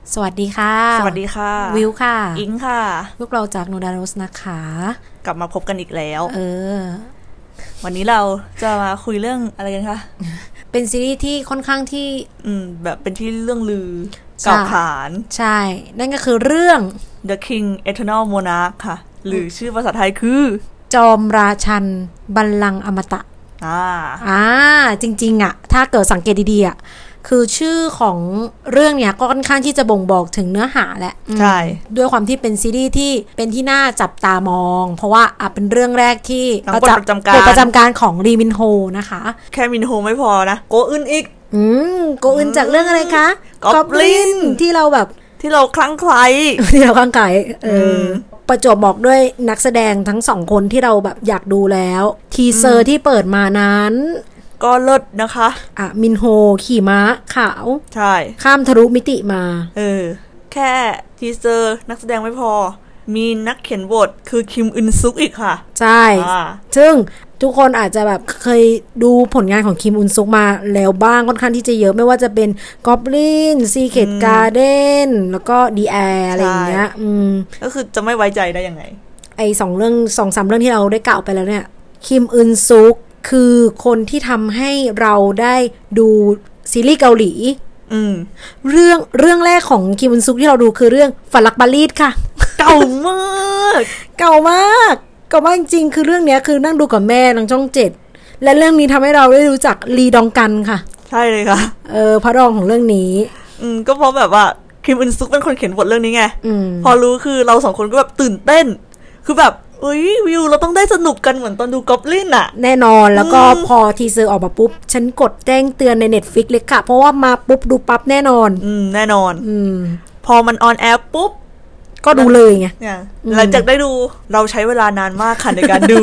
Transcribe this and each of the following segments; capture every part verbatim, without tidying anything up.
สวัสดีค่ะสวัสดีค่ะวิวค่ะอิงค่ะพวกเราจากโนดาโรสนะคะกลับมาพบกันอีกแล้วเออวันนี้เราจะมาคุยเรื่องอะไรกันคะเป็นซีรีส์ที่ค่อนข้างที่อืมแบบเป็นที่เรื่องลือกล่าวขานใช่นั่นก็คือเรื่อง The King Eternal Monarch ค่ะหรือชื่อภาษาไทยคือจอมราชันบัลลังก์อมตะอ่าอ่าจริงๆอ่ะถ้าเกิดสังเกตดีๆอ่ะคือชื่อของเรื่องเนี้ยก็ค่อนข้างที่จะบ่งบอกถึงเนื้อหาแหละใช่ด้วยความที่เป็นซีรีส์ที่เป็นที่น่าจับตามองเพราะว่าอ่ะเป็นเรื่องแรกที่ประจำการประจำการของรีมินโฮนะคะแค่มินโฮไม่พอนะโกอึนอีกอืมโกอึนจากเรื่องอะไรคะกอบลินที่เราแบบที่เราคลั่งไคล้ที่เราคลั่งไคล้เออประจวบบอกด้วยนักแสดงทั้งสองคนที่เราแบบอยากดูแล้วทีเซอร์ที่เปิดมานั้นก็เลิศนะคะอ่ะมินโฮขี่ม้าขาวใช่ข้ามทะลุมิติมาเออแค่ทีเซอร์นักแสดงไม่พอมีนักเขียนบทคือคิมอึนซุกอีกค่ะใช่ซึ่งทุกคนอาจจะแบบเคยดูผลงานของคิมอึนซุกมาแล้วบ้างค่อนข้างที่จะเยอะไม่ว่าจะเป็น Goblin Secret Garden แล้วก็ The Air อะไรอย่างเงี้ยอืมก็คือจะไม่ไว้ใจได้ยังไงไอ้สองเรื่อง สองสาม เรื่องที่เราได้กล่าวไปแล้วเนี่ยคิมอึนซุกคือคนที่ทำให้เราได้ดูซีรีส์เกาหลีอืมเรื่องเรื่องแรกของคิมอึนซุกที่เราดูคือเรื่องฝันรักปารีสค่ะเก่ามากเก่ามากเก่ามากจริงๆคือเรื่องนี้คือนั่งดูกับแม่ทางช่องเจ็ดและเรื่องนี้ทำให้เราได้รู้จักลีดองกันค่ะใช่เลยค่ะเออพระรองของเรื่องนี้อืมก็เพราะแบบว่าคิมอึนซุกเป็นคนเขียนบทเรื่องนี้ไงพอรู้คือเราสองคนก็แบบตื่นเต้นคือแบบเอ้ยวิวเราต้องได้สนุกกันเหมือนตอนดูกอบลินอะแน่นอนแล้วก็พอทีเซอร์ออกมาปุ๊บฉันกดแจ้งเตือนใน Netflix เลยค่ะเพราะว่ามาปุ๊บดูปั๊บแน่นอนอืมแน่นอนอืมพอมันออนแอร์ปุ๊บก็ดูเลยไงหลังจากได้ดูเราใช้เวลานานมากค่ะในการดู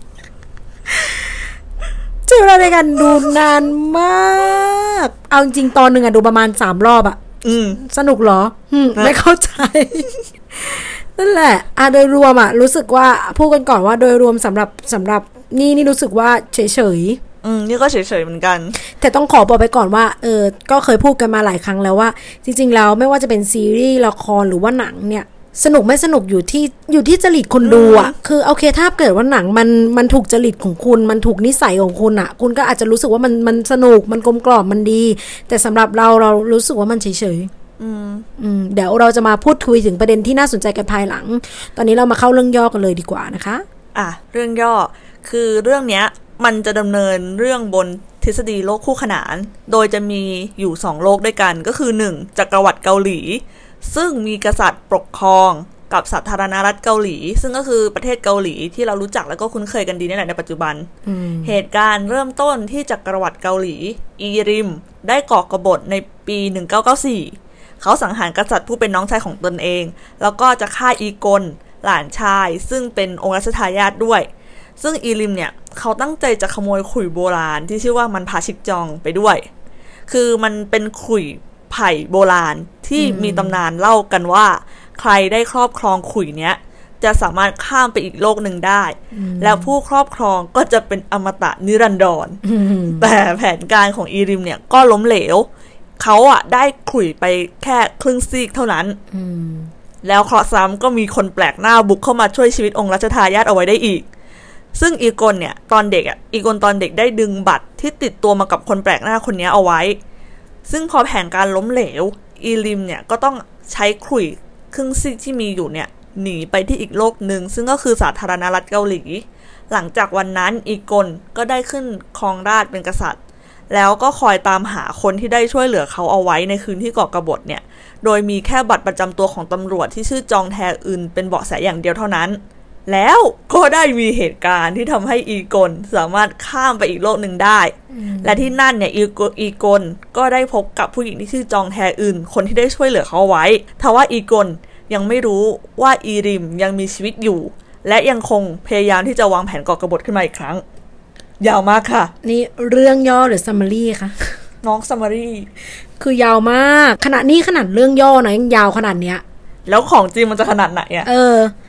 ใช้เวลาในการดูนานมากเอาจริงตอนหนึ่งอะดูประมาณสามรอบอะสนุกเหรอไม่เข้าใจนั่นแหละอ่ะโดยรวมอ่ะรู้สึกว่าพูดกันก่อนว่าโดยรวมสำหรับสำหรับนี่นี่รู้สึกว่าเฉยเฉยอืมนี่ก็เฉยเฉยเหมือนกันแต่ต้องขอบอกไปก่อนว่าเออก็เคยพูดกันมาหลายครั้งแล้วว่าจริงๆแล้วไม่ว่าจะเป็นซีรีส์ละครหรือว่าหนังเนี่ยสนุกไม่สนุกอยู่ที่อยู่ที่จริตคนดูอ่ะคือโอเคถ้าเกิดว่าหนังมันมันถูกจริตของคุณมันถูกนิสัยของคุณอ่ะคุณก็อาจจะรู้สึกว่ามันมันสนุกมันกลมกล่อมมันดีแต่สำหรับเราเรารู้สึกว่ามันเฉยเฉยอืมอืมเดี๋ยวเราจะมาพูดคุยถึงประเด็นที่น่าสนใจกันภายหลังตอนนี้เรามาเข้าเรื่องย่อกันเลยดีกว่านะคะอ่ะเรื่องย่อคือเรื่องเนี้ยมันจะดำเนินเรื่องบนทฤษฎีโลกคู่ขนานโดยจะมีอยู่สองโลกด้วยกันก็คือหนึ่งจักรวรรดิเกาหลีซึ่งมีกษัตริย์ปกครองกับสาธารณรัฐเกาหลีซึ่งก็คือประเทศเกาหลีที่เรารู้จักแล้วก็คุ้นเคยกันดีนี่แหละในปัจจุบันเหตุการณ์เริ่มต้นที่จักรวรรดิเกาหลีอีริมได้ก่อกบฏในปีหนึ่งเก้าเก้าสี่เขาสังหารกษัตริย์ผู้เป็นน้องชายของตนเองแล้วก็จะฆ่าอีกลหลานชายซึ่งเป็นองค์รัชทายาทด้วยซึ่งอีริมเนี่ยเขาตั้งใจจะขโมยขุยโบราณที่ชื่อว่ามันพาชิกจองไปด้วยคือมันเป็นขุยไผ่โบราณที่มีตำนานเล่ากันว่าใครได้ครอบครองขุยเนี้ยจะสามารถข้ามไปอีกโลกหนึ่งได้แล้วผู้ครอบครองก็จะเป็นอมตะนิรันดรแต่แผนการของอีริมเนี่ยก็ล้มเหลวเขาอ่ะได้ขุยไปแค่ครึ่งซีกเท่านั้นแล้วเคราะห์ซ้ำก็มีคนแปลกหน้าบุกเข้ามาช่วยชีวิตองค์รัชทายาทเอาไว้ได้อีกซึ่งอีกลเนี่ยตอนเด็กอ่ะอีกลตอนเด็กได้ดึงบัตรที่ติดตัวมากับคนแปลกหน้าคนนี้เอาไว้ซึ่งพอแผนการล้มเหลวอีริมเนี่ยก็ต้องใช้ขุยครึ่งซีกที่มีอยู่เนี่ยหนีไปที่อีกโลกหนึ่งซึ่งก็คือสาธารณรัฐเกาหลีหลังจากวันนั้นอีกลก็ได้ขึ้นครองราชย์เป็นกษัตริย์แล้วก็คอยตามหาคนที่ได้ช่วยเหลือเขาเอาไว้ในคืนที่ก่อกบฏเนี่ยโดยมีแค่บัตรประจำตัวของตำรวจที่ชื่อจองแทอึนเป็นเบาะแสอย่างเดียวเท่านั้นแล้วก็ได้มีเหตุการณ์ที่ทำให้อีกลสามารถข้ามไปอีกโลกหนึ่งได้และที่นั่นเนี่ยอีกลก็ได้พบกับผู้หญิงที่ชื่อจองแทอึนคนที่ได้ช่วยเหลือเขาเอาไว้ทว่าอีกลยังไม่รู้ว่าอีริมยังมีชีวิตอยู่และยังคงพยายามที่จะวางแผนก่อกบฏขึ้นมาอีกครั้งยาวมากค่ะนี่เรื่องย่อหรือซัมมารีคะน้องซัมมารีคือยาวมากขนาดนี้ขนาดเรื่องย่อนะยังยาวขนาดเนี้ยแล้วของจริงมันจะขนาดไหนอ่ะเออ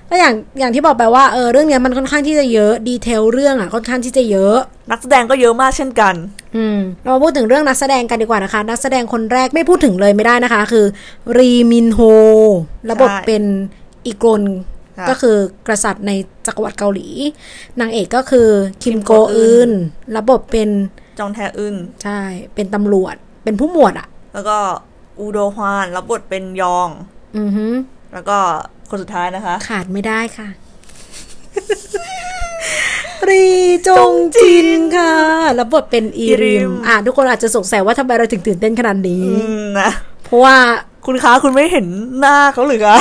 ก็อย่างอย่างที่บอกไปว่าเออเรื่องนี้มันค่อนข้างที่จะเยอะดีเทลเรื่องอ่ะค่อนข้างที่จะเยอะนักแสดงก็เยอะมากเช่นกันอืมเรามาพูดถึงเรื่องนักแสดงกันดีกว่านะคะนักแสดงคนแรกไม่พูดถึงเลยไม่ได้นะคะคือรีมินโฮรับบทเป็นอีกลก็คือกษัตริย์ในจักรวรรดิเกาหลีนางเอกก็คือคิมโกอึนรับบทเป็นจองแทอึนใช่เป็นตำรวจเป็นผู้หมวดอ่ะแล้วก็อูโดฮวานรับบทเป็นยองอือฮึแล้วก็คนสุดท้ายนะคะขาดไม่ได้ค่ะ รีจงจินค่ะรับบทเป็นอีริมอ่ะทุกคนอาจจะสงสัยว่าทำไมเราถึงตื่นเต้นขนาดนี้นะเพราะว่าคุณคะคุณไม่เห็นหน้าเขาหรือคะ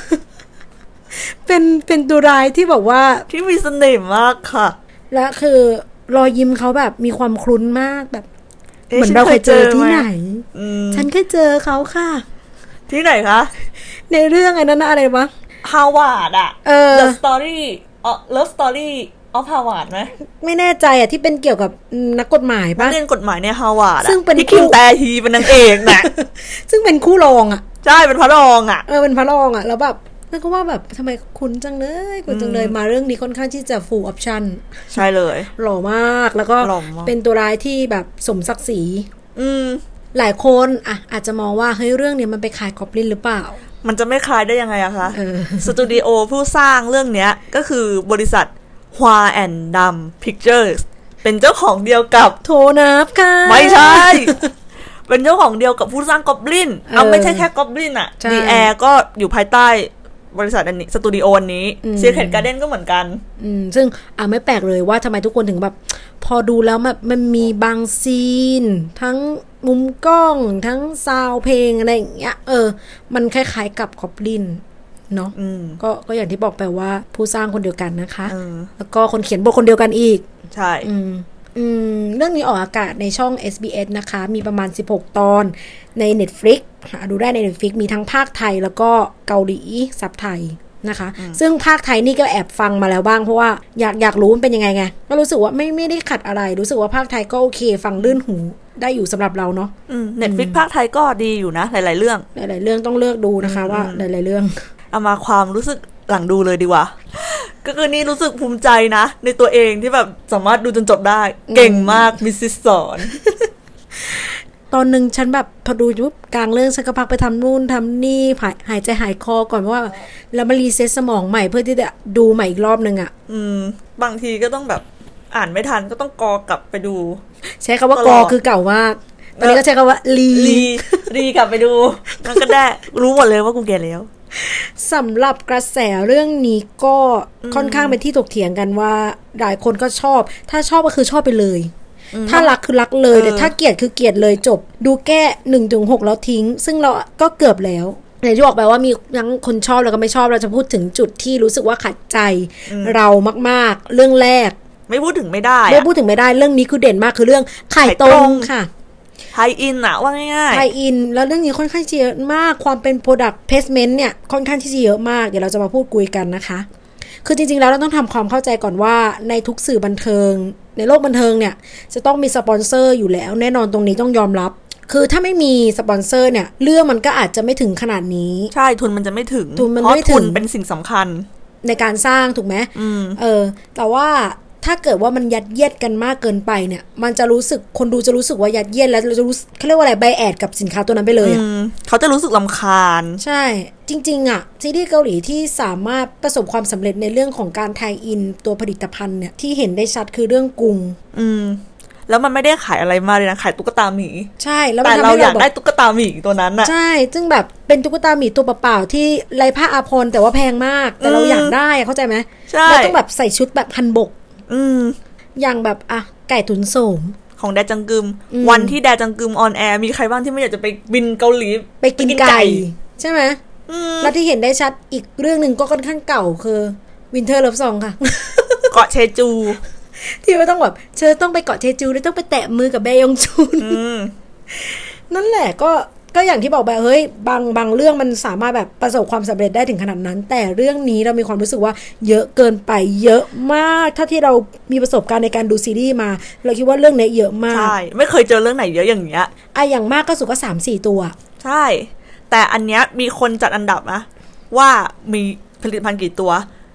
เป็นเป็นตัวร้ายที่บอกว่าที่มีเสน่ห์มากค่ะและคือรอยยิ้มเขาแบบมีความคลุ้นมากแบบเหมือนเราเคยเจอที่ไหนฉันเคยเจอเขาค่ะที่ไหนคะในเรื่องไอ้นั้นอะไรวะฮาวาร์ดอะ The Story of Love Story of Harvard ไหมไม่แน่ใจอะที่เป็นเกี่ยวกับนักกฎหมายปะเรียนกฎหมายในฮาวาร์ดซึ่งเป็นที่คิมแตฮีเป็นนางเอกน่ะซึ่งเป็นคู่รองอะใช่เป็นพระรองอะเออเป็นพระรองอะแล้วแบบนั่นก็ว่าแบบทำไมคุ้นจังเลยคุ้นจังเลยมาเรื่องนี้ค่อนข้างที่จะ full option ใช่เลยหล่อมากแล้วก็เป็นตัวร้ายที่แบบสมศักดิ์ศรีอืมหลายคนอ่ะอาจจะมองว่าเฮ้ยเรื่องนี้มันไปขายกอบลินหรือเปล่ามันจะไม่คลายได้ยังไงอะคะสตูดิโอผู้สร้างเรื่องเนี้ยก็คือบริษัท Hwa and Dam Pictures เป็นเจ้าของเดียวกับโทนับค่ะไม่ใช่ เป็นเจ้าของเดียวกับผู้สร้างกอบลินเอาไม่ใช่แค่กอบลินอะดีแอร์ก็อยู่ภายใต้บริษัทอันนี้สตูดิโออันนี้ Secret Garden ก็เหมือนกันอืมซึ่งอ่ะไม่แปลกเลยว่าทำไมทุกคนถึงแบบพอดูแล้วมันมันมีบางซีนทั้งมุมกล้องทั้งซาวเพลงอะไรอย่างเงี้ยเออมันคล้ายๆกับกอบลินเนาะก็ก็อย่างที่บอกไปว่าผู้สร้างคนเดียวกันนะคะแล้วก็คนเขียนบทคนเดียวกันอีกใช่อืมอืมเรื่องนี้ออกอากาศในช่อง เอส บี เอส นะคะมีประมาณสิบหกตอนใน Netflix หาดูได้ใน Netflix มีทั้งภาคไทยแล้วก็เกาหลีซับไทยนะคะซึ่งภาคไทยนี่ก็แอบฟังมาแล้วบ้างเพราะว่าอยากอยากรู้มันเป็นยังไงไงก็รู้สึกว่าไม่ไม่ได้ขัดอะไรรู้สึกว่าภาคไทยก็โอเคฟังลื่นหูได้อยู่สำหรับเราเนาะอืม Netflix ภาคไทยก็ดีอยู่นะหลายๆเรื่องหลายๆเรื่องต้องเลือกดูนะคะว่าหลายๆเรื่องเอามาความรู้สึกหลังดูเลยดีกว่าก็คือนี่รู้สึกภูมิใจนะในตัวเองที่แบบสามารถดูจนจบได้เก่งมากมิสซิสสอนตอนหนึ่งฉันแบบพอดูยุบกลางเรื่องฉันก็พักไปทำนู่นทำนี่หายใจหายคอก่อนเพราะว่าแล้วมารีเซ็ตสมองใหม่เพื่อที่จะดูใหม่อีกรอบนึงอ่ะอืมบางทีก็ต้องแบบอ่านไม่ทันก็ต้องกอกลับไปดูใช้คำว่ากอคือเก่ามากตอนนี้ก็ใช้คำว่ารีรีรีกลับไปดูมันก็ได้รู้หมดเลยว่ากูแก่แล้วสำหรับกระแสเรื่องนี้ก็ค่อนข้างเป็นที่ถกเถียงกันว่าหลายคนก็ชอบถ้าชอบก็คือชอบไปเลยถ้ารักคือรักเลยแต่ถ้าเกลียดคือเกลียดเลยจบดูแก้หนึ่งถึงหกแล้วทิ้งซึ่งเราก็เกือบแล้วอย่างที่บอกไปว่ามีทั้งคนชอบแล้วก็ไม่ชอบเราจะพูดถึงจุดที่รู้สึกว่าขัดใจเรามากๆเรื่องแรกไม่พูดถึงไม่ได้ไม่พูดถึงไม่ได้เรื่องนี้คือเด่นมากคือเรื่องไข่ตรงค่ะไทยอินอะว่าง่ายๆไทยอินแล้วเรื่องนี้ค่อนข้างเยอะมากความเป็น product placement เนี่ยค่อนข้างที่จะเยอะมากเดี๋ยวเราจะมาพูดคุยกันนะคะคือจริงๆแล้วเราต้องทำความเข้าใจก่อนว่าในทุกสื่อบันเทิงในโลกบันเทิงเนี่ยจะต้องมีสปอนเซอร์อยู่แล้วแน่นอนตรงนี้ต้องยอมรับคือถ้าไม่มีสปอนเซอร์เนี่ยเรื่องมันก็อาจจะไม่ถึงขนาดนี้ใช่ทุนมันจะไม่ถึงทุนมันไม่ถึงเป็นสิ่งสำคัญในการสร้างถูกไหมเออแต่ว่าถ้าเกิดว่ามันยัดเยียดกันมากเกินไปเนี่ยมันจะรู้สึกคนดูจะรู้สึกว่ายัดเยียดแล้วเราจะรู้เขาเรียกว่าอะไรไบแอดกับสินค้าตัวนั้นไปเลยอ่ะเขาจะรู้สึกรำคาญใช่จริงๆอ่ะซีรีส์เกาหลีที่สามารถประสบความสำเร็จในเรื่องของการไทยอินตัวผลิตภัณฑ์เนี่ยที่เห็นได้ชัดคือเรื่องกุงอืมแล้วมันไม่ได้ขายอะไรมาเลยนะขายตุ๊กตาหมีใช่แล้วแต่เราอยากได้ตุ๊กตาหมีตัวนั้นน่ะใช่ซึ่งแบบเป็นตุ๊กตาหมีตัวเปล่าๆที่ไร้ผ้าอาภรณ์แต่ว่าแพงมากแต่เราอยากได้เข้าใจไหมใช่เราต้องแบบใส่ชุดแบบพันบกอืมอย่างแบบอ่ะไก่ตุ๋นโสมของแดจังกึมวันที่แดจังกึมออนแอร์มีใครบ้างที่ไม่อยากจะไปบินเกาหลีไปกินไก่ใช่ไหมแล้วที่เห็นได้ชัดอีกเรื่องหนึ่งก็ค่อนข้างเก่าคือวินเทอร์เลิฟซองค่ะเกาะเชจูที่ว่าต้องแบบเธอต้องไปเกาะเชจูแล้วต้องไปแตะมือกับแบยองจุนนั่นแหละก็ก็อย่างที่บอกไปเฮ้ยบางบางเรื่องมันสามารถแบบประสบความสำเร็จได้ถึงขนาดนั้นแต่เรื่องนี้เรามีความรู้สึกว่าเยอะเกินไปเยอะมากถ้าที่เรามีประสบการณ์ในการดูซีรีส์มาเราคิดว่าเรื่องนี้เยอะมากใช่ไม่เคยเจอเรื่องไหนเยอะอย่างเงี้ยไอ้อย่างมากก็สุดก็ สามสี่ ตัวใช่แต่อันเนี้ยมีคนจัดอันดับนะว่ามีผลิตภัณฑ์กี่ตัว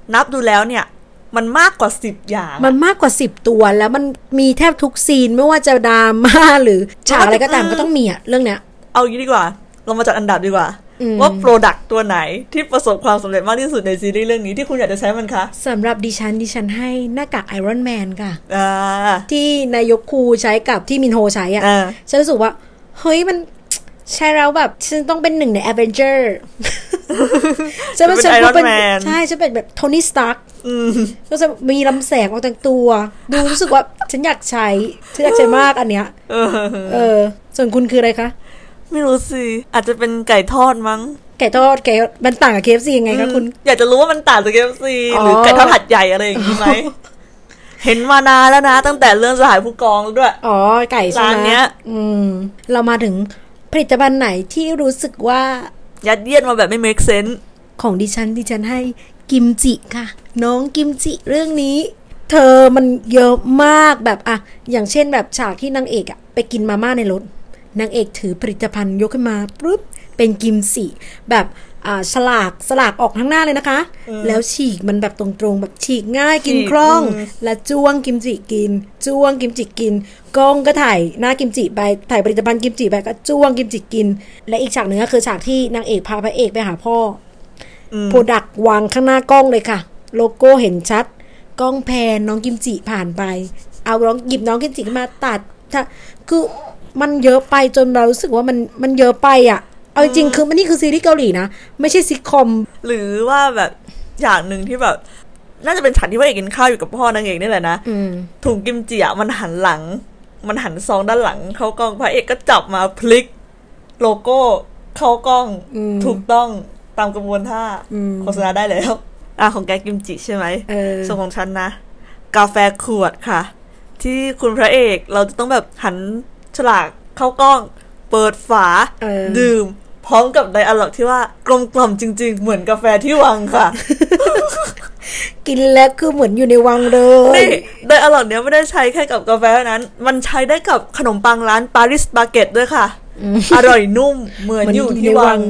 นับดูแล้วเนี่ยมันมากกว่าสิบอย่างมันมากกว่าสิบตัวแล้วมันมีแทบทุกซีนไม่ว่าจะดราม่าหรือฉากอะไรก็ตามก็ต้องมีอะเรื่องเนี้ยเอางี้ดีกว่าเรามาจัดอันดับดีกว่าว่าโปรดักต์ตัวไหนที่ประสบความสำเร็จมากที่สุดในซีรีส์เรื่องนี้ที่คุณอยากจะใช้มันคะสำหรับดิฉันดิฉันให้หน้ากากไอรอนแมนค่ะอ่าที่นายกคูใช้กับที่มินโฮใช้อ่ะฉันรู้สึกว่าเฮ้ยมันใช่แล้วแบบฉันต้องเป็นหนึ่งในแอดเวนเจอร์ฉันเป็นไอรอนแมนใช่ฉันเป็นแบบโทนี่สตาร์กก็จะมีลำแสงออกจากตัวดูรู้สึกว่าฉันอยากใช้ฉันอยากใช้มากอันเนี้ยเออส่วนคุณคืออะไรคะไม่รู้สิอาจจะเป็นไก่ทอดมั้งไก่ทอดไก่มันต่างกับ เค เอฟ ซี ยังไงคะคุณอยากจะรู้ว่ามันต่างจาก เค เอฟ ซี หรือไก่ทอดหัดใหญ่อะไรอย่างนี้ไหมเห็นมานานแล้วนะตั้งแต่เรื่องสหายผู้กองด้วยอ๋อไก่ใช่ไหมร้านเนี้ยอืมเรามาถึงผลิตภัณฑ์ไหนที่รู้สึกว่ายัดเยียดมาแบบไม่ make sense ของดิฉันดิฉันให้กิมจิค่ะน้องกิมจิเรื่องนี้เธอมันเยอะมากแบบอ่ะอย่างเช่นแบบฉากที่นางเอกอ่ะไปกินมาม่าในรถนางเอกถือผลิตภัณฑ์ยกขึ้นมาปุ๊บเป็นกิมจิแบบอ่าฉลากสลากออกทั้งหน้าเลยนะคะแล้วฉีกมันแบบตรงๆแบบฉีกง่ายกินคล่องและจ้วงกิมจิกินจ้วงกิมจิกินกล้องก็ถ่ายหน้ากิมจิไปถ่ายผลิตภัณฑ์กิมจิไปก็จ้วงกิมจิกินและอีกฉากหนึ่งก็คือฉากที่นางเอกพาพระเอกไปหาพ่อโปรดักต์วางข้างหน้ากล้องเลยค่ะโลโก้เห็นชัดกล้องแพนน้องกิมจิผ่านไปเอาน้องหยิบน้องกิมจิขึ้นมาตัดถ้าคือมันเยอะไปจนเรารู้สึกว่ามันมันเยอะไปอ่ะเอาจริงๆคือมันนี่คือซีรีส์เกาหลีนะไม่ใช่ซิทคอมหรือว่าแบบอย่างหนึ่งที่แบบน่าจะเป็นฉากที่พระเอกกินข้าวอยู่กับพ่อนางเอกนี่แหละนะถุงกิมจิอ่ะมันหันหลังมันหันซองด้านหลังเข้ากล้องพระเอกก็จับมาพลิกโลโก้เข้ากล้องถูกต้องตามกระบวนท่าโฆษณาได้แล้วอ่ะของแกกิมจิใช่ไหมส่วนของฉันนะกาแฟขวดค่ะที่คุณพระเอกเราจะต้องแบบหันฉลากเข้ากล้องเปิดฝาดื่มพร้อมกับไดอะล็อกที่ว่ากลมกล่อมจริงๆเหมือนกาแฟที่วังค่ะกินแล้วคือเหมือนอยู่ในวังเลยนี่ไดอะล็อกเนี้ยไม่ได้ใช้แค่กับกาแฟเท่านั้นมันใช้ได้กับขนมปังร้านปารีสบาเกตด้วยค่ะอร่อยนุ่มเหมือนอยู่ที่วัง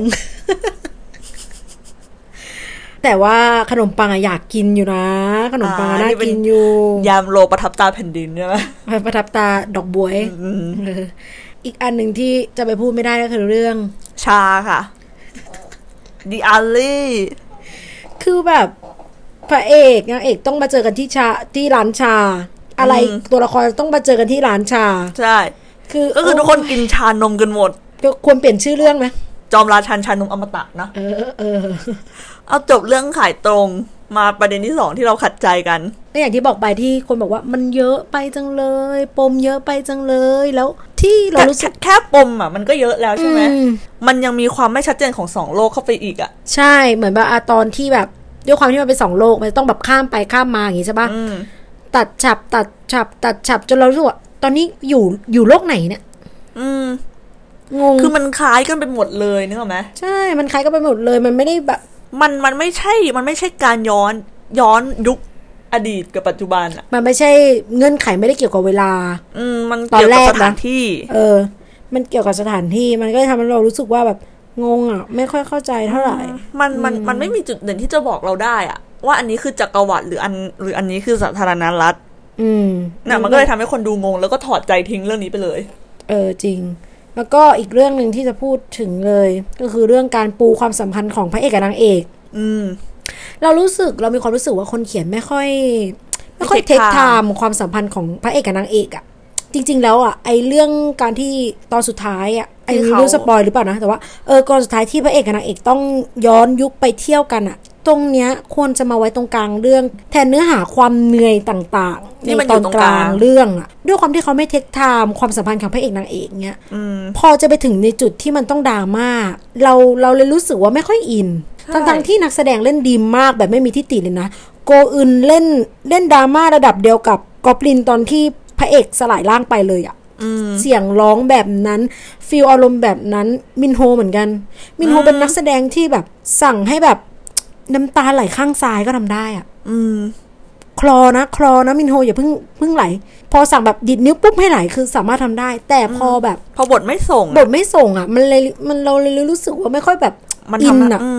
แต่ว่าขนมปังอะอยากกินอยู่นะขนมปังน่ากินอยู่ยามโลประทับตาแผ่นดินใช่ไหมประทับตาดอกบัวอีกอันหนึ่งที่จะไปพูดไม่ได้ก็คือเรื่องชาค่ะดิอาลี่คือแบบพระเอกนางเอกต้องมาเจอกันที่ชาที่ร้านชาอะไรตัวละครต้องมาเจอกันที่ร้านชาใช่คือก็คือทุกคนกินชานมกันหมดก็ควรเปลี่ยนชื่อเรื่องไหมจอมราชันชานมอมตะนะเออเออเอาจบเรื่องขายตรงมาประเด็นที่สองที่เราขัดใจกันก็อย่างที่บอกไปที่คนบอกว่ามันเยอะไปจังเลยปมเยอะไปจังเลยแล้วที่เรารู้สึกแค่ปมอ่ะมันก็เยอะแล้วใช่ไหมมันยังมีความไม่ชัดเจนของสองโลกเข้าไปอีกอ่ะใช่เหมือนแบบตอนที่แบบด้วยความที่มันเป็นสองโลกมันต้องแบบข้ามไปข้ามมาอย่างงี้ใช่ป่ะตัดฉับตัดฉับตัดฉับจนเรารู้สึกว่าตอนนี้อยู่อยู่โลกไหนเนี่ยอืมงงคือมันคล้ายกันไปหมดเลยนึกออกไหมใช่มันคล้ายกันไปหมดเลยมันไม่ได้แบบมันมันไม่ใช่มันไม่ใช่การย้อนย้อนยุคอดีตกับปัจจุบันอ่ะมันไม่ใช่เงื่อนไขไม่ได้เกี่ยวกับเวลาอืมมันเกี่ยวกับสถานที่เออมันเกี่ยวกับสถานที่มันก็ทำให้เรารู้สึกว่าแบบงงอ่ะไม่ค่อยเข้าใจเท่าไหร่มันมันมันไม่มีจุดเด่นที่จะบอกเราได้อ่ะว่าอันนี้คือจักรวรรดิหรืออันหรืออันนี้คือสาธารณรัฐอืมน่ะมันก็เลยทำให้คนดูงงแล้วก็ถอดใจทิ้งเรื่องนี้ไปเลยเออจริงแล้วก็อีกเรื่องนึงที่จะพูดถึงเลยก็คือเรื่องการปูความสัมพันธ์ของพระเอกกับนางเอกอืมเรารู้สึกเรามีความรู้สึกว่าคนเขียนไม่ค่อยไม่ค่อยเทคไทม์ความสัมพันธ์ของพระเอกกับนางเอกอ่ะจริงๆแล้วอ่ะไอเรื่องการที่ตอนสุดท้ายอ่ะไอเรื่องสปอยหรือเปล่านะแต่ว่าเออก่อนสุดท้ายที่พระเอกกับนางเอกต้องย้อนยุคไปเที่ยวกันอ่ะตรงเนี้ยควรจะมาไว้ตรงกลางเรื่องแทนเนื้อหาความเหนื่อยต่างๆในตอนกลางเรื่องอ่ะด้วยความที่เขาไม่เทคไทม์ความสัมพันธ์ของพระเอกนางเอกเนี้ยพอจะไปถึงในจุดที่มันต้องดราม่าเราเราเลยรู้สึกว่าไม่ค่อยอินทั้งๆที่นักแสดงเล่นดีมากแบบไม่มีที่ติเลยนะโกอึนเล่นเล่นดราม่าระดับเดียวกับกอบลินตอนที่พระเอกสลายร่างไปเลยอ่ะเสียงร้องแบบนั้นฟีลอารมณ์แบบนั้นมินโฮเหมือนกันมินโฮเป็นนักแสดงที่แบบสั่งให้แบบน้ำตาไหลข้างซ้ายก็ทำได้อ่ะคลอนะคลอนะมินโฮอย่าเพิ่งเพิ่งไหลพอสั่งแบบดิดนิ้วปุ๊บให้ไหลคือสามารถทำได้แต่พอแบบพอบทไม่ส่งบทไม่ส่งอ่ะมันเลยมันเราเลยรู้สึกว่าไม่ค่อยแบบมันทำอ่ะ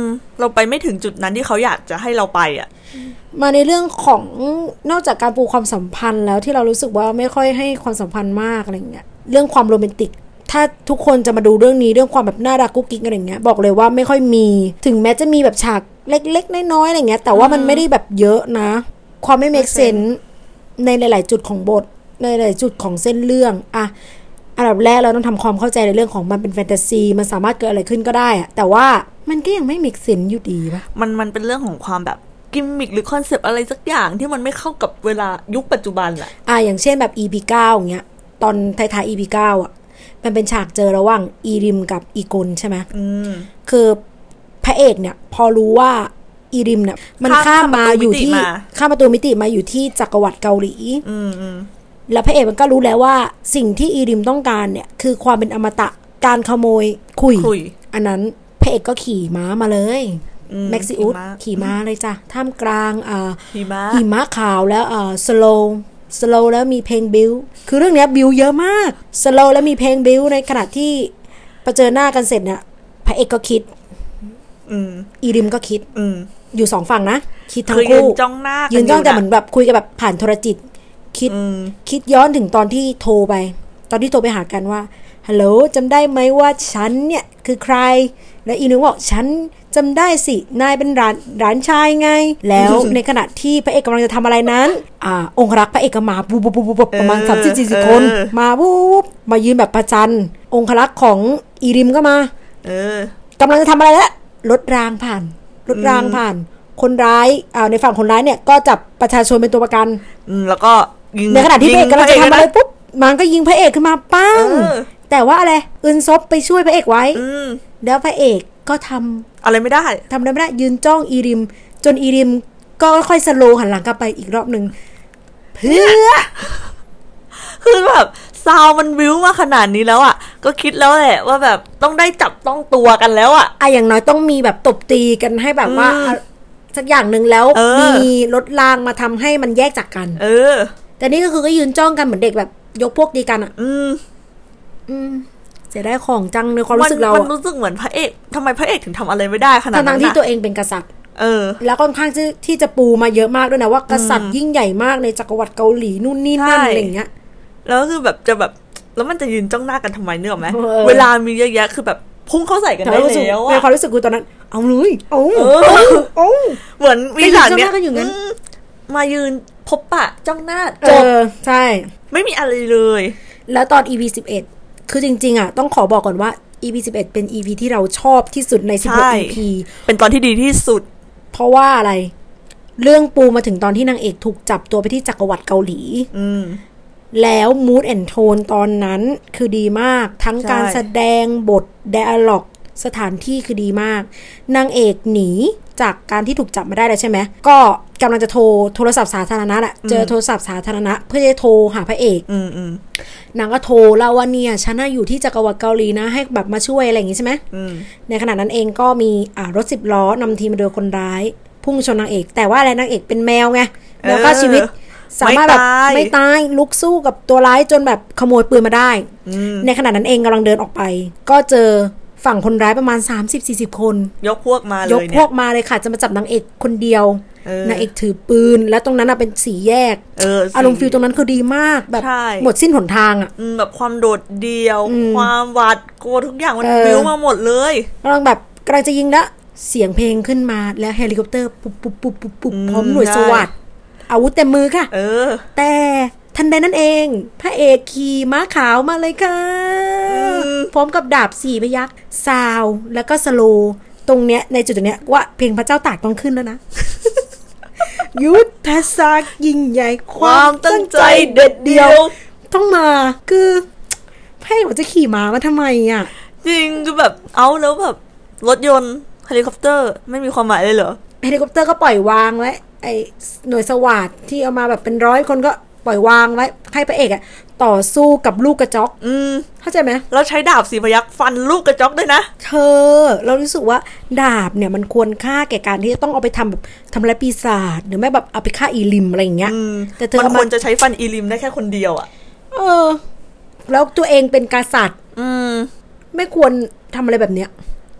เราไปไม่ถึงจุดนั้นที่เขาอยากจะให้เราไปอ่ะมาในเรื่องของนอกจากการปูความสัมพันธ์แล้วที่เรารู้สึกว่าไม่ค่อยให้ความสัมพันธ์มากอะไรเงี้ยเรื่องความโรแมนติกถ้าทุกคนจะมาดูเรื่องนี้เรื่องความแบบน่ารักกุ๊กกิ๊กอะไรเงี้ยบอกเลยว่าไม่ค่อยมีถึงแม้จะมีแบบฉากเล็กๆน้อยๆอะไรเงี้ยแต่ว่ามันไม่ได้แบบเยอะนะความไม่ make sense ในหลายๆจุดของบทในหลายๆจุดของเส้นเรื่องอะอันดับแรกเราต้องทำความเข้าใจในเรื่องของมันเป็นแฟนตาซีมันสามารถเกิดอะไรขึ้นก็ได้อะแต่ว่ามันก็ยังไม่ make sense อยู่ดีป่ะมันมันเป็นเรื่องของความแบบกิมมิคหรือคอนเซปต์อะไรสักอย่างที่มันไม่เข้ากับเวลายุคปัจจุบันแหละอ่ะอย่างเช่นแบบ อี พี เก้าอย่างเงี้ยตอนท้ายๆ อี พี เก้าอ่ะมันเป็นฉากเจอระหว่างอีริมกับอีกุลใช่ไหมอืมคือพระเอกเนี่ยพอรู้ว่าอีริมเนี่ยมันข้ามมาอยู่ที่ข้ามประตูมิติมาอยู่ที่จักรวรรดิเกาหลีอืมอืมแล้วพระเอกมันก็รู้แล้วว่าสิ่งที่อีริมต้องการเนี่ยคือความเป็นอมตะการขโมยคุยอันนั้นพระเอกก็ขี่ม้ามาเลยแม็กซิอุสขี่ม้าเลยจ้ะท่ามกลางอ่าหิมะหิมะขาวแล้วอ่าสโลว์สโลว์แล้วมีเพลงบิวคือเรื่องนี้บิวเยอะมากสโลว์แล้วมีเพลงบิวในขณะที่ประเจอหน้ากันเสร็จเนี่ยพระเอกก็คิดอืมอีริมก็คิดอืมอยู่สองฝั่งนะคิดทั้งคู่ยืนจ้องหน้ายืนจ้องแต่เหมือนแบบคุยกันแบบผ่านโทรจิตคิดคิดย้อนถึงตอนที่โทรไปตอนที่โทรไปหากันว่าฮัลโหลจำได้ไหมว่าฉันเนี่ยคือใครแล้วอีนึงบอกฉันจำได้สินายเป็นหลานหลานชายไงแล้วในขณะที่พระเอกกำลังจะทำอะไรนั้นอ่าองครักษ์พระเอกก็มาบูบบูบบูบประมาณสามสิบสี่สิบคนมาบูบมายืนแบบประจันองครักษ์ของอีริมก็มาเออกำลังจะทำอะไรแล้วรถรางผ่านรถรางผ่านคนร้ายอ่าในฝั่งคนร้ายเนี่ยก็จับประชาชนเป็นตัวประกันแล้วก็ในขณะที่พระเอกกำลังจะทำอะไรปุ๊บมันก็ยิงพระเอกขึ้นมาปั้งแต่ว่าอะไรอึนซบไปช่วยพระเอกไว้แล้วพระเอกก็ทำอะไรไม่ได้ทำอะไรไม่ได้ยืนจ้องอีริมจนอีริมก็ค่อยสโลว์หันหลังกลับไปอีกรอบหนึ่งเพื่อคือแบบซาวมันวิวมาขนาดนี้แล้วอ่ะก็คิดแล้วแหละว่าแบบต้องได้จับต้องตัวกันแล้วอ่ะอ่ะอย่างน้อยต้องมีแบบตบตีกันให้แบบว่าสักอย่างหนึ่งแล้วมีรถรางมาทำให้มันแยกจากกันเออแต่นี่ก็คือก็ยืนจ้องกันเหมือนเด็กแบบยกพวกตีกันอ่ะอืมอืมเสียได้ของจังในความรู้สึกเรามันรู้สึกเหมือนพระเอกทำไมพระเอกถึงทำอะไรไม่ได้ขนาดนั้นทั้งที่ตัวเองเป็นกษัตริย์เออแล้วค่อนข้างที่จะปูมาเยอะมากด้วยนะว่ากษัตริย์ยิ่งใหญ่มากในจักรวรรดิเกาหลีนู่นนี่นั่นอะไรอย่างเงี้ยแล้วคือแบบจะแบบแล้วมันจะยืนจ้องหน้ากันทำไมเนื้อไหมเวลามีเยอะแยะคือแบบพุ่งเข้าใส่กันได้แล้วในความรู้สึกกูตอนนั้นเอาเลยเอาเอาเหมือนมีฉากเนี้ยมายืนพบปะจ้องหน้าจบใช่ไม่มีอะไรเลยแล้วตอน อี พี สิบเอ็ดคือจริงๆอ่ะต้องขอบอกก่อนว่า อี พี สิบเอ็ดเป็น อี พี ที่เราชอบที่สุดในสิบหก อี พีเป็นตอนที่ดีที่สุดเพราะว่าอะไรเรื่องปูมาถึงตอนที่นางเอกถูกจับตัวไปที่จักรวรรดิเกาหลีอืมแล้ว mood and tone ตอนนั้นคือดีมากทั้งการแสดงบท dialogue สถานที่คือดีมากนางเอกหนีจากการที่ถูกจับมาได้แล้วใช่ไหมก็กำลังจะโทรโทรศัพท์สาธารณะอะเจอโทรศัพท์สาธารณะเพื่อจะโทรหาพระเอกนางก็โทรเล่าว่าเนี่ยฉันอยู่ที่จักรวรรดิเกาหลีนะให้แบบมาช่วยอะไรอย่างงี้ใช่ไหมในขณะนั้นเองก็มีอ่ารถสิบล้อนำทีมมาโดยคนร้ายพุ่งชนนางเอกแต่ว่าอะไรนางเอกเป็นแมวไงแล้วก็ชีวิตสามารถแบบไม่ตายลุกสู้กับตัวร้ายจนแบบขโมยปืนมาได้ในขณะนั้นเองกำลังเดินออกไปก็เจอฝั่งคนร้ายประมาณ สามสิบสี่สิบ คนยกพวกมาเลยยกพวกมาเลยค่ะจะมาจับนางเอกคนเดียวนางเอกถือปืนแล้วตรงนั้นเป็นสี่แยกเอออารมณ์ฟิลตรงนั้นคือดีมากแบบหมดสิ้นหนทางอ่ะแบบความโดดเดี่ยวความหวาดกลัวทุกอย่างมันฟิลมาหมดเลยกำลังแบบกำลังจะยิงละเสียงเพลงขึ้นมาแล้วเฮลิคอปเตอร์ปุ๊บปุ๊บปุ๊บปุ๊บปุ๊บพร้อมหน่วยสวัสดิ์อาวุธเต็มมือค่ะเออแต่ทันใดนั้นเองพระเอกขี่ม้าขาวมาเลยค่ะพร้อมกับดาบสี่พยัคฆ์ซาวแล้วก็สโลตรงเนี้ยในจุดตรงเนี้ยว่าเพลงพระเจ้าตากต้องขึ้นแล้วนะยุทธศาสตร์ยิ่งใหญ่ความตั้งใจเด็ดเดียวต้องมาคือพระเอกจะขี่ม้ามาทำไมอ่ะจริงคือแบบเอาแล้วแบบรถยนต์เฮลิคอปเตอร์ไม่มีความหมายเลยเหรอเฮลิคอปเตอร์ก็ปล่อยวางไว้ไอ้หน่วยสวัสดิ์ที่เอามาแบบเป็นร้อยคนก็ปล่อยวางไว้ให้พระเอกอะต่อสู้กับลูกกระจอกอืมเข้าใจไหมแล้วใช้ดาบสีพยัคฆ์ฟันลูกกระจอกด้วยนะเธอเรารู้สึกว่าดาบเนี่ยมันควรค่าแก่การที่จะต้องเอาไปทำแบบทำลายปีศาจหรือไม่แบบเอาไปฆ่าอีลิมอะไรอย่างเงี้ยแต่เธอมันควรจะใช้ฟันอีลิมได้แค่คนเดียวอ่ะเออแล้วตัวเองเป็นกษัตริย์อืมไม่ควรทำอะไรแบบเนี้ย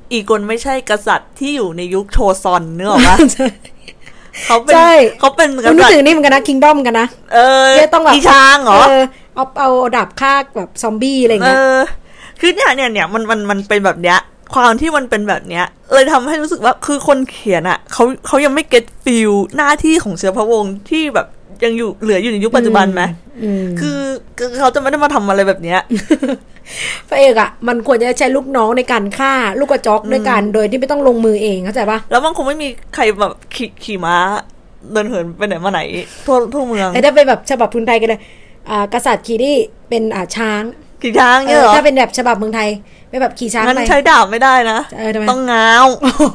อีกวนไม่ใช่กษัตริย์ที่อยู่ในยุคโชซอนเนอะวะเขาเป็นเขาเป็นกษัตริย์นึกถึงนี่เหมือนกันนะคิงดอมกันนะเออต้องแบบอีช้างเหรอเออเอาเอาดาบฆ่าแบบซอมบี้อะไรเงี้ยเออคือเนี่ยเนี่ยเนี่ยมันมันมันเป็นแบบเนี้ยความที่มันเป็นแบบเนี้ยเลยทำให้รู้สึกว่าคือคนเขียนอ่ะเขาเขายังไม่เก็ตฟีลหน้าที่ของเชื้อพระวงศ์ที่แบบยังอยู่เหลืออยู่ในยุคปัจจุบันไหมคือเขาจะไม่ได้มาทำอะไรแบบเนี้ยพระเอกอ่ะมันควรจะใช้ลูกน้องในการฆ่าลูกกระจอกด้วยกันโดยที่ไม่ต้องลงมือเองเข้าใจปะแล้วมันคงไม่มีใครแบบขี่ขี่ม้าเดินเหินไปไหนมาไหนทั่วทั่วเมืองไอ้ถ้าเป็นแบบฉบับทุนไทยกันเลยอ่ากษัตริย์ขี่ที่เป็นอ่าช้างขี่ช้างเนี่ยเหรอถ้าเป็นแบบฉบับเมืองไทยไม่แบบขี่ช้างงั้นใช้ดาบไม่ได้นะต้องง้าว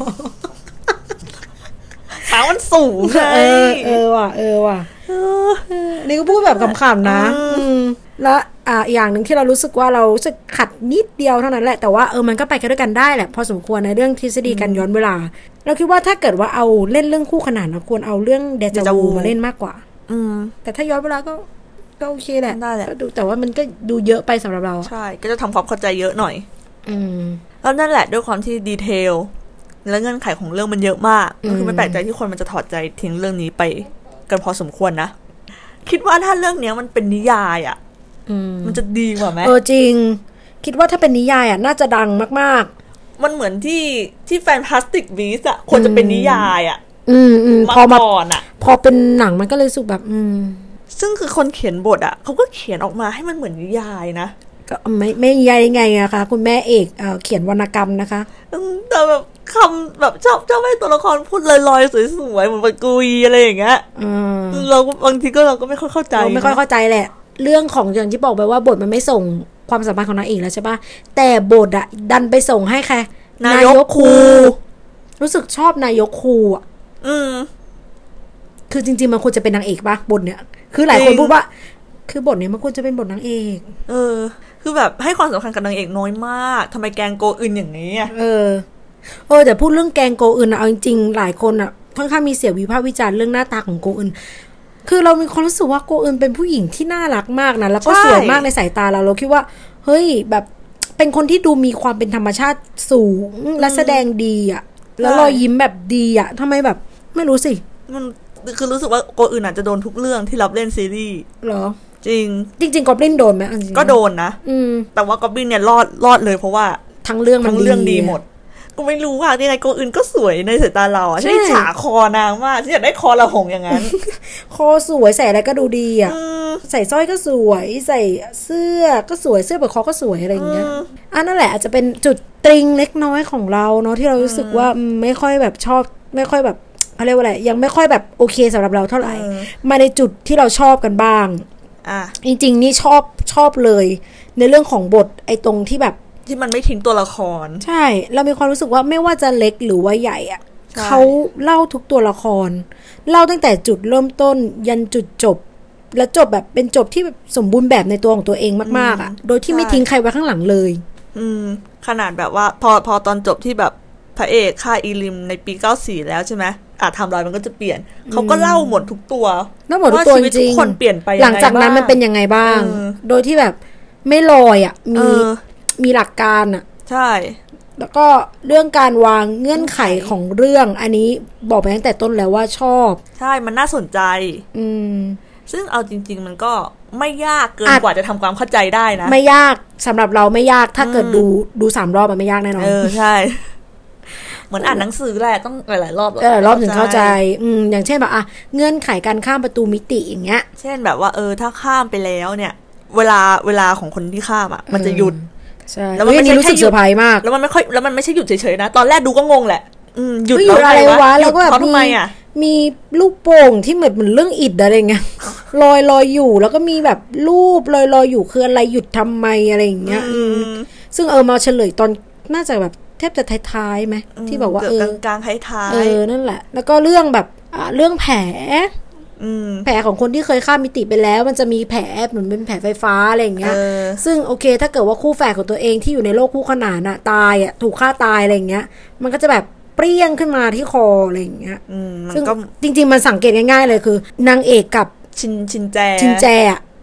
ช้างมันสูงไงเออเออว่ะเออว่ะนี่ก็พูดแบบขำๆนะแล้วอ่าอย่างหนึ่งที่เรารู้สึกว่าเรารู้สึกขัดนิดเดียวเท่านั้นแหละแต่ว่าเออมันก็ไปกันด้วยกันได้แหละพอสมควรในเรื่องทฤษฎีการย้อนเวลาเราคิดว่าถ้าเกิดว่าเอาเล่นเรื่องคู่ขนานเราควรเอาเรื่องเดจาวูมาเล่นมากกว่าอืมแต่ถ้าย้อนเวลาก็ก็โอเคแหละได้แหละดูแต่ว่ามันก็ดูเยอะไปสำหรับเราใช่ก็จะทำความเข้าใจเยอะหน่อยอืมแล้วนั่นแหละด้วยความที่ดีเทลและเงื่อนไขของเรื่องมันเยอะมากก็คือไม่แปลกใจที่คนมันจะถอดใจทิ้งเรื่องนี้ไปกันพอสมควรนะคิดว่าถ้าเรื่องนี้มันเป็นนิยายอ่ะมันจะดีกว่าไหมเออจริงคิดว่าถ้าเป็นนิยายอ่ะน่าจะดังมากๆมันเหมือนที่ที่แฟนตาสติกบีสต์อ่ะควรจะเป็นนิยายอ่ะอืมอืมพอมาก่อนอ่ะพอเป็นหนังมันก็เลยสุกแบบอืมซึ่งคือคนเขียนบทอ่ะเขาก็เขียนออกมาให้มันเหมือนนิยายนะก็ไม่ไม่นิยายไงอะคะคุณแม่เอกเอ่อเขียนวรรณกรรมนะคะแต่แบบคำแบบชอบชอบให้ตัวละครพูดลอยๆสวยๆเหมือนปะกุยอะไรอย่างเงี้ยเราบางทีก็เราก็ไม่ค่อยเข้าใจเราไม่ค่อยเข้าใจแหละเรื่องของอย่างที่บอกไปว่าบทมันไม่ส่งความสัมพันธ์ของนางเอกแล้วใช่ป่ะแต่บทอะดันไปส่งให้ใครนายกครูรู้สึกชอบนายกครูอะอืมคือจริงๆมันควรจะเป็นนางเอกป่ะบทเนี้ยคือหลายคนพูดว่าคือบทเนี้ยมันควรจะเป็นบทนางเอกเออคือแบบให้ความสำคัญกับนางเอกน้อยมากทำไมแกงโกอึนอย่างนี้อ่ะเออเออแต่พูดเรื่องแกงโกอึนอะเอาจริงๆหลายคนอะค่อนข้างมีเสียงวิพากษ์วิจารณ์เรื่องหน้าตาของโกอึนคือเรามีความรู้สึกว่าโกอึนเป็นผู้หญิงที่น่ารักมากนะแล้วก็สวยมากในสายตาเราเราคิดว่าเฮ้ยแบบเป็นคนที่ดูมีความเป็นธรรมชาติสูงและแสดงดีอะแล้วรอยยิ้มแบบดีอะทำไมแบบไม่รู้สิมันคือรู้สึกว่าโกอึนอาจจะโดนทุกเรื่องที่รับเล่นซีรีส์เหรอจริงจริงๆกอบลินโดนไหมก็โดนนะแต่ว่ากอบลินเนี่ยรอดรอดเลยเพราะว่าทั้งเรื่องมันทั้งเรื่องดีหมดก็ไม่รู้ว่าที่ไหนโกอึนก็สวยในสายตาเราอ่ะใช่ฉาคอนางมากที่อยากได้คอละหงอย่างนั้นคอสวยใส่อะไรก็ดูดีอ่ะใส่สร้อยก็สวยใส่เสื้อก็สวยเสื้อเปิดคอก็สวยอะไรอย่างเงี้ยอันนั่นแหละอาจจะเป็นจุดตริงเล็กน้อยของเราเนาะที่เรารู้สึกว่าไม่ค่อยแบบชอบไม่ค่อยแบบเขาเรียกว่าอะไรยังไม่ค่อยแบบโอเคสำหรับเราเท่าไหร่มาในจุดที่เราชอบกันบ้างอ่ะจริงๆนี่ชอบชอบเลยในเรื่องของบทไอ้ตรงที่แบบที่มันไม่ทิ้งตัวละครใช่เรามีความรู้สึกว่าไม่ว่าจะเล็กหรือว่าใหญ่อ่ะเขาเล่าทุกตัวละครเล่าตั้งแต่จุดเริ่มต้นยันจุดจบแล้วจบแบบเป็นจบที่แบบสมบูรณ์แบบในตัวของตัวเองมากๆอ่ะโดยที่ไม่ทิ้งใครไว้ข้างหลังเลยอืมขนาดแบบว่าพอพอตอนจบที่แบบพระเอกฆ่าอีลิมในปีเก้าสิบสี่แล้วใช่ไหมอ่ะไทม์ไลน์มันก็จะเปลี่ยนเขาก็เล่าหมดทุกตัวเล่าหมดทุกตัวจริงทุกคนเปลี่ยนไปหลังจากนั้นมันเป็นยังไงบ้างโดยที่แบบไม่ลอยอ่ะมีมีหลักการอ่ะใช่แล้วก็เรื่องการวางเงื่อนไขของเรื่องอันนี้บอกไปตั้งแต่ต้นแล้วว่าชอบใช่มันน่าสนใจอืมซึ่งเอาจริงๆมันก็ไม่ยากเกินกว่าจะทำความเข้าใจได้นะไม่ยากสำหรับเราไม่ยากถ้าเกิดดูดูสามรอบมันไม่ยากแน่นอนเออใช่เหมือนอ่านหนังสือแหละต้องหลายๆรอบหลายรอบถึงเข้าใจอืมอย่างเช่นแบบอ่ะเงื่อนไขการข้ามประตูมิติอย่างเงี้ยเช่นแบบว่าเออถ้าข้ามไปแล้วเนี่ยเวลาเวลาของคนที่ข้ามอ่ะมันจะหยุดใช่แล้วมันไม่ใช่รู้สึกเซอร์ไพรส์มากแล้วมันไม่ค่อยแล้วมันไม่ใช่หยุดเฉยๆนะตอนแรกดูก็งงแหละอืมหยุดอะไรวะแล้วก็แบบทำไมอ่ะมีลูกโป่งที่เหมือนเหมือนเรื่องอิฐอะไรเงี้ยลอยลอยอยู่แล้วก็มีแบบรูปลอยลอยอยู่คืออะไรหยุดทำไมอะไรอย่างเงี้ยซึ่งเออมาเฉลยตอนน่าจะแบบแทบจะท้ายๆไหมที่บอกว่าเออกลางๆท้ายๆเออนั่นแหละแล้วก็เรื่องแบบอ่าเรื่องแผลแผลของคนที่เคยข้ามมิติไปแล้วมันจะมีแผลเหมือนเป็นแผลไฟฟ้าอะไรอย่างเงี้ยซึ่งโอเคถ้าเกิดว่าคู่แฝดของตัวเองที่อยู่ในโลกคู่ขนานอะตายอะถูกฆ่าตายอะไรอย่างเงี้ยมันก็จะแบบเปรี้ยงขึ้นมาที่คออะไรอย่างเงี้ยซึ่งจริงๆมันสังเกตง่ายๆเลยคือนางเอกกับชินชินแจชินแจอะ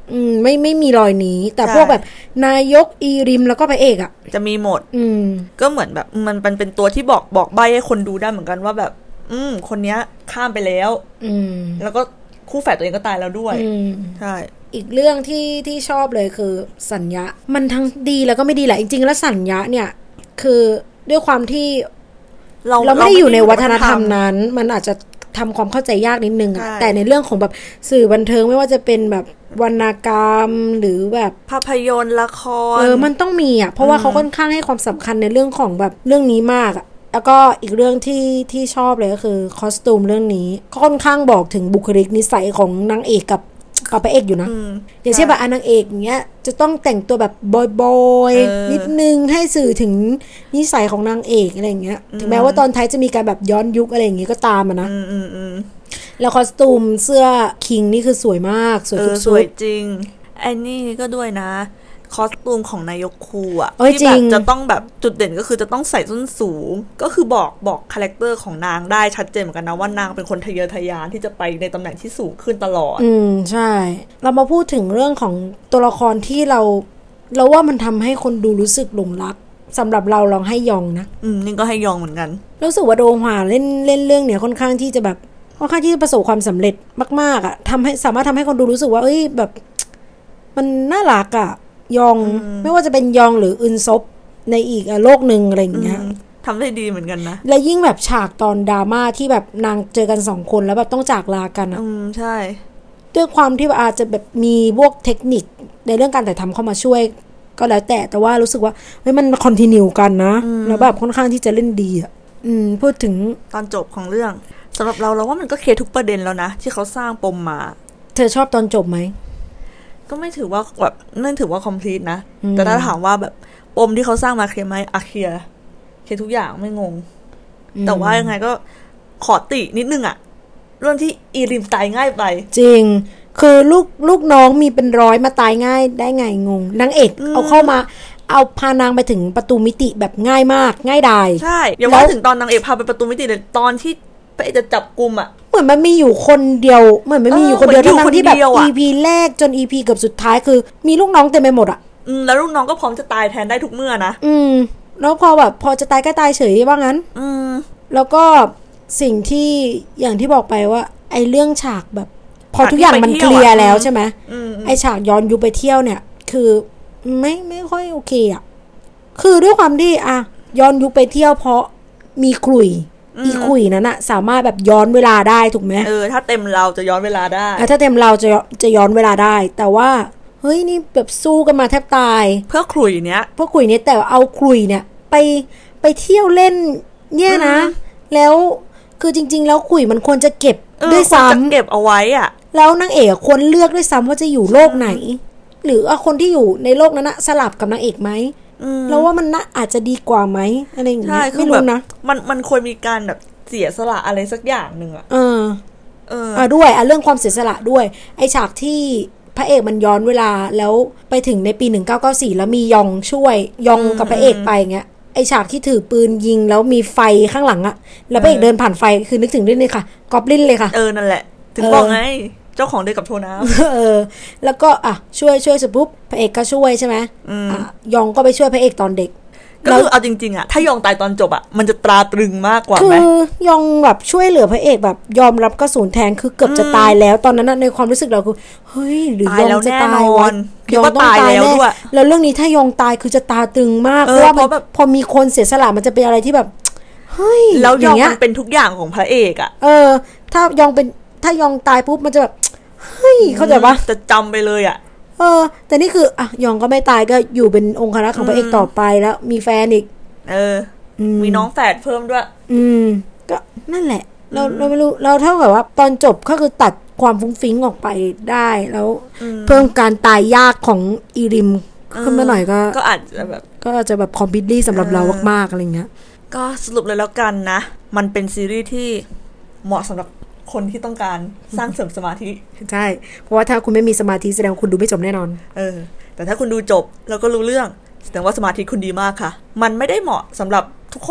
อืมไม่ไม่มีรอยนี้แต่พวกแบบนายกอีริมแล้วก็พระเอกอ่ะจะมีหมดอืมก็เหมือนแบบมันมันเป็นตัวที่บอกบอกใบให้คนดูได้เหมือนกันว่าแบบอืมคนเนี้ยข้ามไปแล้วอืมแล้วก็คู่แฝดตัวเองก็ตายแล้วด้วยใช่อีกเรื่องที่ที่ชอบเลยคือสัญญามันทั้งดีแล้วก็ไม่ดีแหละจริงๆแล้วสัญญาเนี่ยคือด้วยความที่เราเราไม่ได้อยู่ในวัฒนธรรมนั้นมันอาจจะทำความเข้าใจยากนิดนึงอะแต่ในเรื่องของแบบสื่อบันเทิงไม่ว่าจะเป็นแบบวรรณกรรมหรือแบบภาพยนตร์ละครเออมันต้องมีอะเพราะว่าเขาค่อนข้างให้ความสำคัญในเรื่องของแบบเรื่องนี้มากอะแล้วก็อีกเรื่องที่ที่ชอบเลยก็คือคอสตูมเรื่องนี้ค่อนข้างบอกถึงบุคลิกนิสัยของนางเอกกับกับพระเอกอยู่นะอย่างเช่นแบบนางเอกอย่างเงี้ยจะต้องแต่งตัวแบบบอยๆนิดนึงให้สื่อถึงนิสัยของนางเอกอะไรอย่างเงี้ยถึงแม้ว่าตอนท้ายจะมีการแบบย้อนยุคอะไรอย่างเงี้ยก็ตามอะนะแล้วคอสตูมเสื้อคิงนี่คือสวยมากสวยทุกชุดสวยจริงไอ้นี่ก็ด้วยนะคอสตูมของนายกครูอ่ะที่แบบจะต้องแบบจุดเด่นก็คือจะต้องใส่ส้นสูงก็คือบอกบอกคาแรคเตอร์ของนางได้ชัดเจนเหมือนกันนะว่านางเป็นคนทะเยอทะยานที่จะไปในตำแหน่งที่สูงขึ้นตลอดอืมใช่เรามาพูดถึงเรื่องของตัวละครที่เราเราว่ามันทำให้คนดูรู้สึกหลงรักสำหรับเราลองให้ยองนะอืมนี่ก็ให้ยองเหมือนกันรู้สึกว่าโดฮวาเล่นเล่นเรื่องเนี้ยค่อนข้างที่จะแบบค่อนข้างที่จะประสบความสำเร็จมากๆอ่ะทำให้สามารถทำให้คนดูรู้สึกว่าเอ้ยแบบมันน่ารักอ่ะยองไม่ว่าจะเป็นยองหรืออึนซบในอีกโลกหนึ่งอะไรอย่างเงี้ยทำได้ดีเหมือนกันนะและยิ่งแบบฉากตอนดราม่าที่แบบนางเจอกันสองคนแล้วแบบต้องจากลากันอ่ะอืมใช่ด้วยความที่อาจจะแบบมีพวกเทคนิคในเรื่องการถ่ายทำเข้ามาช่วยก็แล้วแต่แต่ว่ารู้สึกว่าเฮ้ยมันคอนทินิวกันนะแล้วแบบค่อนข้างที่จะเล่นดีอ่ะอืมพูดถึงตอนจบของเรื่องสำหรับเราเราว่ามันก็เคลียร์ทุกประเด็นแล้วนะที่เขาสร้างปมมาเธอชอบตอนจบไหมก็ไม่ถือว่าแบบนั่นถือว่าคอมพลีทนะแต่ถ้าถามว่าแบบปมที่เขาสร้างมาเคลียร์ไหมอะเคลียร์เคลียร์ทุกอย่างไม่งงแต่ว่ายังไงก็ขอตินิดนึงอะเรื่องที่อีริมตายง่ายไปจริงคือลูกลูกน้องมีเป็นร้อยมาตายง่ายได้ไงงงนางเอกเอาเข้ามาเอาพานางไปถึงประตูมิติแบบง่ายมากง่ายดายใช่อย่าว่าถึงตอนนางเอกพาไปประตูมิติเลยตอนที่ไปจะจับกุมอะเหมือนมันมีอยู่คนเดียวเหมือนมันมีอยู่คนเดียวทั้งที่แบบ อี พี แรกจน อี พี เกือบสุดท้ายคือมีลูกน้องเต็มไปหมดอ่ะอืมแล้วลูกน้องก็พร้อมจะตายแทนได้ทุกเมื่อนะอืมแล้วพอแบบพอจะตายก็ตายเฉยว่างั้นอืมแล้วก็สิ่งที่อย่างที่บอกไปว่าไอ้เรื่องฉากแบบพอทุกอย่างมันเคลียร์แล้วใช่ไหมไอ้ฉากย้อนยุคไปเที่ยวเนี่ยคือไม่ไม่ค่อยโอเคอ่ะคือด้วยความที่อ่ะย้อนยุคไปเที่ยวเพราะมีขลุ่ยอีคุยนั้นอะสามารถแบบย้อนเวลาได้ถูกไหมเออถ้าเต็มเราจะย้อนเวลาได้ถ้าเต็มเราจะจะย้อนเวลาได้แต่ว่าเฮ้ยนี่แบบสู้กันมาแทบตายเพื่อขลุ่ยเนี้ยเพื่อขลุ่ยเนี้ยแต่เอาขลุ่ยเนี่ยไปไปเที่ยวเล่นเนี่ยนะแล้วคือจริงๆแล้วขลุ่ยมันควรจะเก็บด้วยซ้ำจะเก็บเอาไว้อ่ะแล้วนางเอกควรเลือกด้วยซ้ำว่าจะอยู่โลกไหนหรือคนที่อยู่ในโลกนั้นนะสลับกับนางเอกไหมแล้วว่ามันน่าอาจจะดีกว่าไหมอะไรอย่างเงี้ยไม่รู้นะมันมันควรมีการแบบเสียสละอะไรสักอย่างหนึ่งอะเออเอออ่าด้วยอ่ะเรื่องความเสียสละด้วยไอฉากที่พระเอกมันย้อนเวลาแล้วไปถึงในปีหนึ่งเก้าเก้าสี่แล้วมียองช่วยยองกับพระเอกไปเงี้ยไอฉากที่ถือปืนยิงแล้วมีไฟข้างหลังอะแล้วพระเอกเดินผ่านไฟคือนึกถึงเรื่องนี้ค่ะกอบลินเลยค่ะเออนั่นแหละถึงบอกไงเจ้าของเดินกับโทน้ำเออแล้วก็อ่ะช่วยช่วยเสร็จปุ๊บพระเอกก็ช่วยใช่ไหมอ่ะยองก็ไปช่วยพระเอกตอนเด็กก็คือเอาจริงๆอะถ้ายองตายตอนจบอะมันจะตราตรึงมากกว่าไหมคือยองแบบช่วยเหลือพระเอกแบบยอมรับกระสุนแทนคือเกือบจะตายแล้วตอนนั้นในความรู้สึกเราคือเฮ้ยหรือยองจะตายวะยองต้องตายแล้วด้วยแล้วเรื่องนี้ถ้ายองตายคือจะตาตรึงมากเพราะว่าแบบพอมีคนเสียสละมันจะเป็นอะไรที่แบบเฮ้ยแล้วยองมันเป็นทุกอย่างของพระเอกอะเออถ้ายองเป็นถ้ายองตายปุ๊บมันจะแบบเฮ้ยเข้าใจปะจะจำไปเลยอะเออแต่นี่คืออ่ะยองก็ไม่ตายก็อยู่เป็นองครักษ์ของพระเอกต่อไปแล้วมีแฟนอีกเออมีน้องแฝดเพิ่มด้วยอืมก็นั่นแหละเราเราไม่รู้เราเท่ากับว่าตอนจบก็คือตัดความฟุ้งฟิ้งออกไปได้แล้วเพิ่มการตายยากของอีริมขึ้นมาหน่อยก็ก็อาจจะแบบก็อาจจะแบบคอมพลีทลี่สำหรับเรามากๆอะไรเงี้ยก็สรุปเลยแล้วกันนะมันเป็นซีรีส์ที่เหมาะสำหรับคนที่ต้องการสร้างเสริมสมาธิใช่เพราะว่าถ้าคุณไม่มีสมาธิแสดงคุณดูไม่จบแน่นอนเออแต่ถ้าคุณดูจบแล้วก็รู้เรื่องแสดงว่าสมาธิคุณดีมากค่ะมันไม่ได้เหมาะสำหรับทุกคนอะ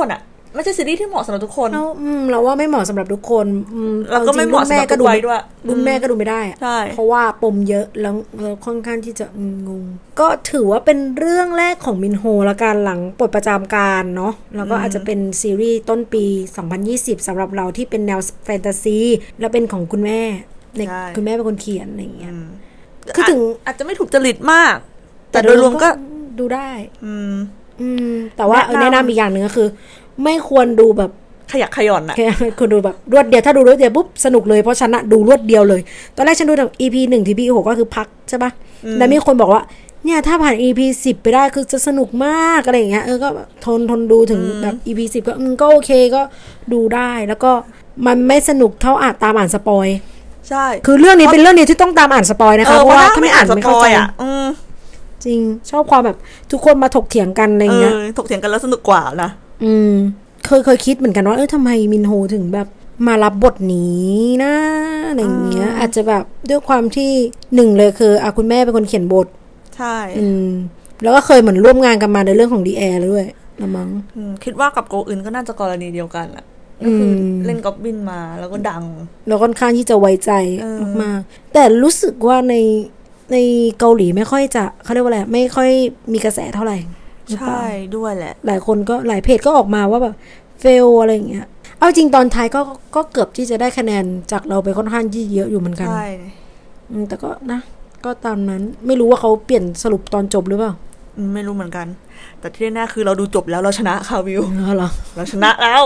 ไม่ใช่ซีรีส์ที่เหมาะสำหรับทุกคนเราอืมเราว่าไม่เหมาะสำหรับทุกคนอืมแล้วก็ไม่เหมาะสำหรับทุกวัยด้วยรุ่นแม่ก็ดูไม่ได้ใช่เพราะว่าปมเยอะแล้วค่อนข้างที่จะงงก็ถือว่าเป็นเรื่องแรกของมินโฮละกันหลังปลดประจำการเนาะแล้วก็อาจจะเป็นซีรีส์ต้นปีสองพันยี่สิบสำหรับเราที่เป็นแนวแฟนตาซีและเป็นของคุณแม่คุณแม่เป็นคนเขียนอะไรอย่างเงี้ยคือถึงอาจจะไม่ถูกจริตมากแต่โดยรวมก็ดูได้อืมอืมแต่ว่าแนะนำอีกอย่างหนึ่งก็คือไม่ควรดูแบบขยักขย่อนอะควรดูแบบรวดเดียวถ้าดูรวดเดียวปุ๊บสนุกเลยเพราะฉันอะดูรวดเดียวเลยตอนแรกฉันดูจาก อี พี หนึ่งถึง อี พี หกก็คือพักใช่ปะแล้วมีคนบอกว่าเนี่ยถ้าผ่าน อี พี สิบไปได้คือจะสนุกมากอะไรอย่างเงี้ยเออก็ทนทนดูถึงแบบ อี พี สิบก็อืมก็โอเคก็ดูได้แล้วก็มันไม่สนุกเท่าอ่านตามอ่านสปอยใช่คือเรื่องนี้เป็นเรื่องนี้ที่ต้องตามอ่านสปอยนะคะเพราะว่าถ้าไม่อ่านไม่เข้าใจอืมจริงชอบความแบบทุกคนมาถกเถียงกันอะไรเงี้ยถกเถียงกันแล้วสนุกกว่านะอืมเคยเคยคิดเหมือนกันว่าเออทำไมมินโฮถึงแบบมารับบทนี้นะอะไรเงี้ยอาจจะแบบด้วยความที่หนึ่งเลยคืออ่ะคุณแม่เป็นคนเขียนบทใช่อืมแล้วก็เคยเหมือนร่วมงานกันมาในเรื่องของดีแอร์ด้วยละมั้งคิดว่ากับโกอึนก็น่าจะกรณีเดียวกันอะก็คือเล่นก๊อบบินมาแล้วก็ดังแล้วค่อนข้างที่จะไว้ใจมากๆแต่รู้สึกว่าในในเกาหลีไม่ค่อยจะเขาเรียกว่าอะไรไม่ค่อยมีกระแสเท่าไหร่ใช่ด้วยแหละหลายคนก็หลายเพจก็ออกมาว่าแบบเฟลอะไรอย่างเงี้ยเอาจริงตอนท้ายก็ก็เกือบที่จะได้คะแนนจากเราไปค่อนข้างที่เยอะอยู่เหมือนกันใช่แต่ก็นะก็ตามนั้นไม่รู้ว่าเขาเปลี่ยนสรุปตอนจบหรือเปล่าไม่รู้เหมือนกันแต่ที่แน่ๆคือเราดูจบแล้วเราชนะค่ะวิวเหรอเราชนะแล้ว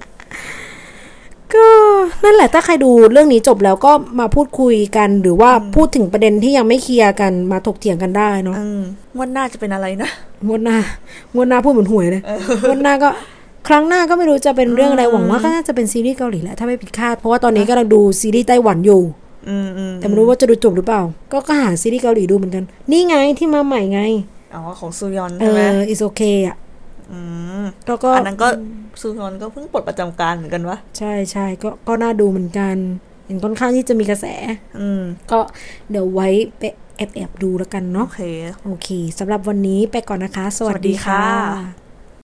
ก็นั่นแหละถ้าใครดูเรื่องนี้จบแล้วก็มาพูดคุยกันหรือว่าพูดถึงประเด็นที่ยังไม่เคลียร์กันมาถกเถียงกันได้เนาะงวดหน้าจะเป็นอะไรนะงวดหน้างวดหน้าพูดเหมือนหวยเลยงวดหน้าก็ครั้งหน้าก็ไม่รู้จะเป็นเรื่องอะไรหวังว่าก็น่าจะเป็นซีรีส์เกาหลีแหละถ้าไม่ผิดคาดเพราะว่าตอนนี้กำลังดูซีรีส์ไต้หวันอยู่แต่ไม่รู้ว่าจะดูจบหรือเปล่าก็ก็หาซีรีส์เกาหลีดูเหมือนกันนี่ไงที่มาใหม่ไงอ๋อของซูยอนใช่ไหมเออ is okay อ่ะอืมแล้วก็อันนั้นก็ซูยอนก็เพิ่งปลดประจำการเหมือนกันวะใช่ใช่ก็ก็น่าดูเหมือนกันเห็นค่อนข้างที่จะมีกระแสอืมก็เดี๋ยวไว้ไปแอบแอบดูแล้วกันเนาะโอเคโอเคสำหรับวันนี้ไปก่อนนะคะสวัสดีค่ะ